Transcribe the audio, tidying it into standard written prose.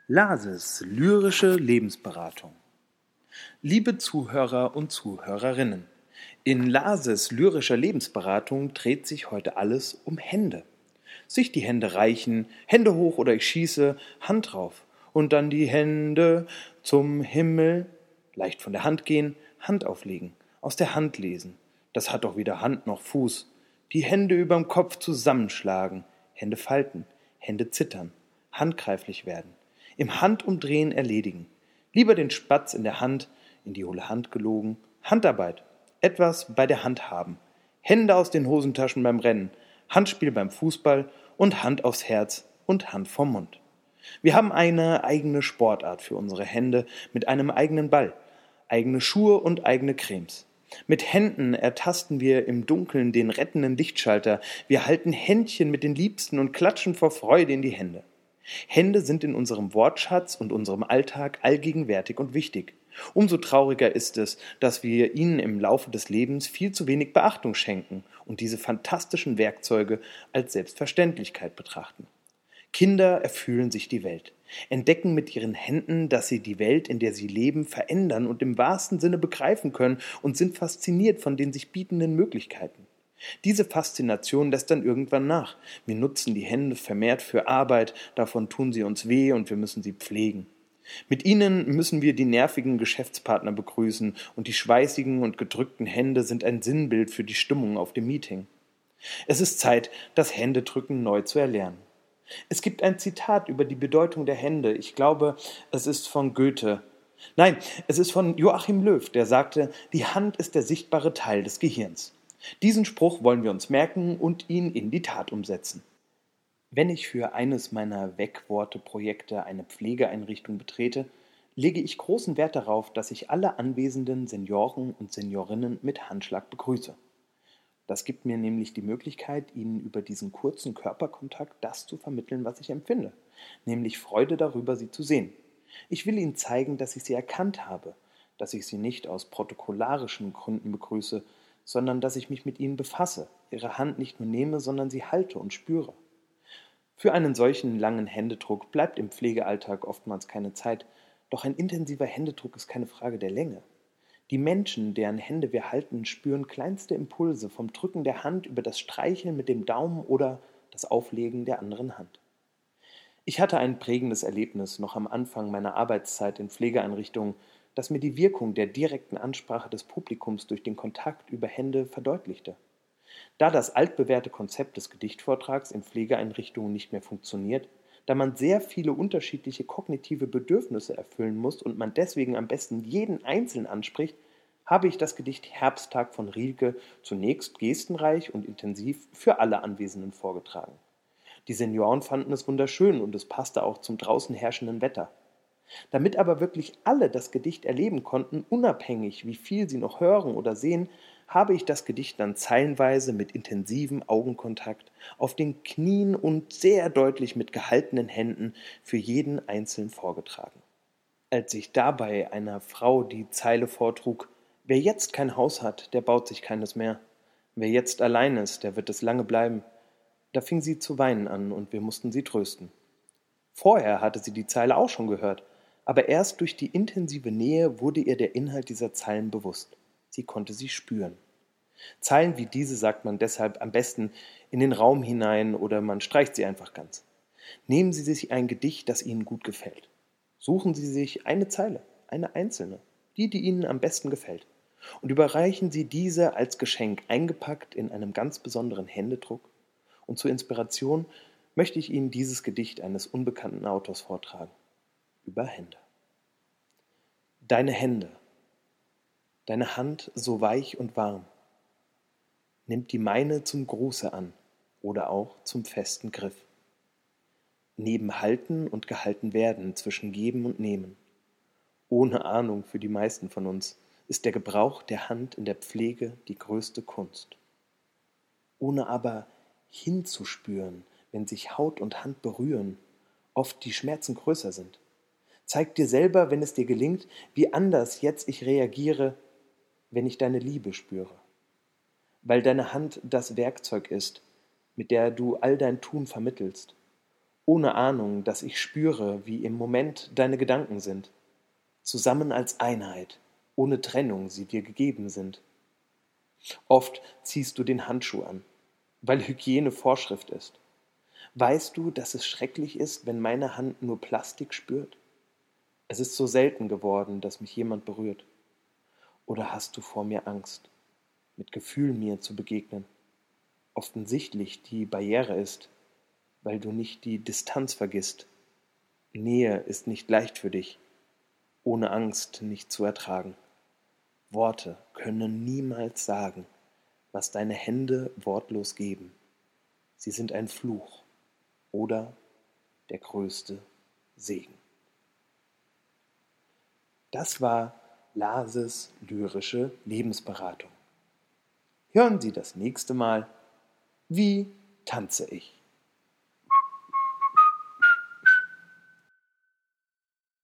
Lases lyrische Lebensberatung. Liebe Zuhörer und Zuhörerinnen, in Lases lyrischer Lebensberatung dreht sich heute alles um Hände. Sich die Hände reichen, Hände hoch oder ich schieße, Hand drauf. Und dann die Hände zum Himmel, leicht von der Hand gehen, Hand auflegen, aus der Hand lesen. Das hat doch weder Hand noch Fuß. Die Hände überm Kopf zusammenschlagen, Hände falten, Hände zittern, handgreiflich werden, im Handumdrehen erledigen. Lieber den Spatz in der Hand, in die hohle Hand gelogen, Handarbeit, etwas bei der Hand haben, Hände aus den Hosentaschen beim Rennen, Handspiel beim Fußball und Hand aufs Herz und Hand vorm Mund. Wir haben eine eigene Sportart für unsere Hände mit einem eigenen Ball, eigene Schuhe und eigene Cremes. Mit Händen ertasten wir im Dunkeln den rettenden Lichtschalter. Wir halten Händchen mit den Liebsten und klatschen vor Freude in die Hände. Hände sind in unserem Wortschatz und unserem Alltag allgegenwärtig und wichtig. Umso trauriger ist es, dass wir ihnen im Laufe des Lebens viel zu wenig Beachtung schenken und diese fantastischen Werkzeuge als Selbstverständlichkeit betrachten. Kinder erfühlen sich die Welt, entdecken mit ihren Händen, dass sie die Welt, in der sie leben, verändern und im wahrsten Sinne begreifen können und sind fasziniert von den sich bietenden Möglichkeiten. Diese Faszination lässt dann irgendwann nach. Wir nutzen die Hände vermehrt für Arbeit, davon tun sie uns weh und wir müssen sie pflegen. Mit ihnen müssen wir die nervigen Geschäftspartner begrüßen und die schweißigen und gedrückten Hände sind ein Sinnbild für die Stimmung auf dem Meeting. Es ist Zeit, das Händedrücken neu zu erlernen. Es gibt ein Zitat über die Bedeutung der Hände. Ich glaube, es ist von Goethe. Nein, es ist von Joachim Löw, der sagte, die Hand ist der sichtbare Teil des Gehirns. Diesen Spruch wollen wir uns merken und ihn in die Tat umsetzen. Wenn ich für eines meiner Wegworte-Projekte eine Pflegeeinrichtung betrete, lege ich großen Wert darauf, dass ich alle anwesenden Senioren und Seniorinnen mit Handschlag begrüße. Das gibt mir nämlich die Möglichkeit, ihnen über diesen kurzen Körperkontakt das zu vermitteln, was ich empfinde, nämlich Freude darüber, sie zu sehen. Ich will ihnen zeigen, dass ich sie erkannt habe, dass ich sie nicht aus protokollarischen Gründen begrüße, sondern dass ich mich mit ihnen befasse, ihre Hand nicht nur nehme, sondern sie halte und spüre. Für einen solchen langen Händedruck bleibt im Pflegealltag oftmals keine Zeit, doch ein intensiver Händedruck ist keine Frage der Länge. Die Menschen, deren Hände wir halten, spüren kleinste Impulse vom Drücken der Hand über das Streicheln mit dem Daumen oder das Auflegen der anderen Hand. Ich hatte ein prägendes Erlebnis noch am Anfang meiner Arbeitszeit in Pflegeeinrichtungen, das mir die Wirkung der direkten Ansprache des Publikums durch den Kontakt über Hände verdeutlichte. Da das altbewährte Konzept des Gedichtvortrags in Pflegeeinrichtungen nicht mehr funktioniert, da man sehr viele unterschiedliche kognitive Bedürfnisse erfüllen muss und man deswegen am besten jeden einzeln anspricht, habe ich das Gedicht Herbsttag von Rilke zunächst gestenreich und intensiv für alle Anwesenden vorgetragen. Die Senioren fanden es wunderschön und es passte auch zum draußen herrschenden Wetter. Damit aber wirklich alle das Gedicht erleben konnten, unabhängig wie viel sie noch hören oder sehen, habe ich das Gedicht dann zeilenweise mit intensivem Augenkontakt auf den Knien und sehr deutlich mit gehaltenen Händen für jeden einzeln vorgetragen. Als ich dabei einer Frau die Zeile vortrug: »Wer jetzt kein Haus hat, der baut sich keines mehr. Wer jetzt allein ist, der wird es lange bleiben«, da fing sie zu weinen an und wir mussten sie trösten. Vorher hatte sie die Zeile auch schon gehört, aber erst durch die intensive Nähe wurde ihr der Inhalt dieser Zeilen bewusst. Sie konnte sie spüren. Zeilen wie diese sagt man deshalb am besten in den Raum hinein oder man streicht sie einfach ganz. Nehmen Sie sich ein Gedicht, das Ihnen gut gefällt. Suchen Sie sich eine Zeile, eine einzelne, die Ihnen am besten gefällt, und überreichen Sie diese als Geschenk eingepackt in einem ganz besonderen Händedruck. Und zur Inspiration möchte ich Ihnen dieses Gedicht eines unbekannten Autors vortragen. Über Hände. Deine Hände, deine Hand so weich und warm, nimmt die meine zum Gruße an oder auch zum festen Griff. Neben Halten und gehalten werden, zwischen Geben und Nehmen. Ohne Ahnung für die meisten von uns ist der Gebrauch der Hand in der Pflege die größte Kunst. Ohne aber hinzuspüren, wenn sich Haut und Hand berühren, oft die Schmerzen größer sind. Zeig dir selber, wenn es dir gelingt, wie anders jetzt ich reagiere, wenn ich deine Liebe spüre. Weil deine Hand das Werkzeug ist, mit der du all dein Tun vermittelst. ohne Ahnung, dass ich spüre, wie im Moment deine Gedanken sind, zusammen als Einheit, ohne Trennung sie dir gegeben sind. Oft ziehst du den Handschuh an, weil Hygiene Vorschrift ist. Weißt du, dass es schrecklich ist, wenn meine Hand nur Plastik spürt? Es ist so selten geworden, dass mich jemand berührt. Oder hast du vor mir Angst, mit Gefühl mir zu begegnen? Offensichtlich die Barriere ist, weil du nicht die Distanz vergisst. Nähe ist nicht leicht für dich, ohne Angst nicht zu ertragen. Worte können niemals sagen, was deine Hände wortlos geben. Sie sind ein Fluch oder der größte Segen. Das war Lases lyrische Lebensberatung. Hören Sie das nächste Mal: Wie tanze ich?